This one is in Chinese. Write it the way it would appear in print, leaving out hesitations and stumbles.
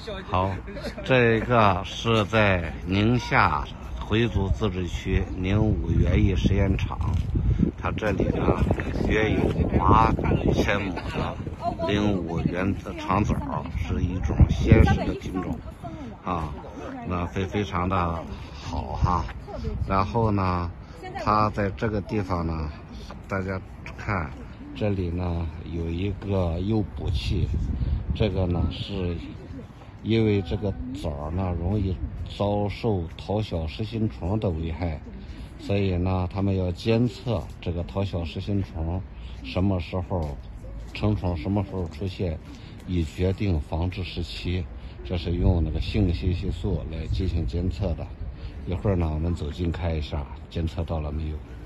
好，这个是在宁夏回族自治区宁武园艺实验场，它这里呢约有8000亩的05原长枣，是一种鲜食的品种啊，那非常的好哈。然后呢，它在这个地方呢，大家看这里呢有一个诱捕器，这个呢是因为这个枣呢容易遭受讨小实心虫的危害，所以呢他们要监测这个讨小实心虫什么时候成虫，什么时候出现，以决定防治时期。这是用那个性信息素来进行监测的。一会儿呢我们走近看一下监测到了没有。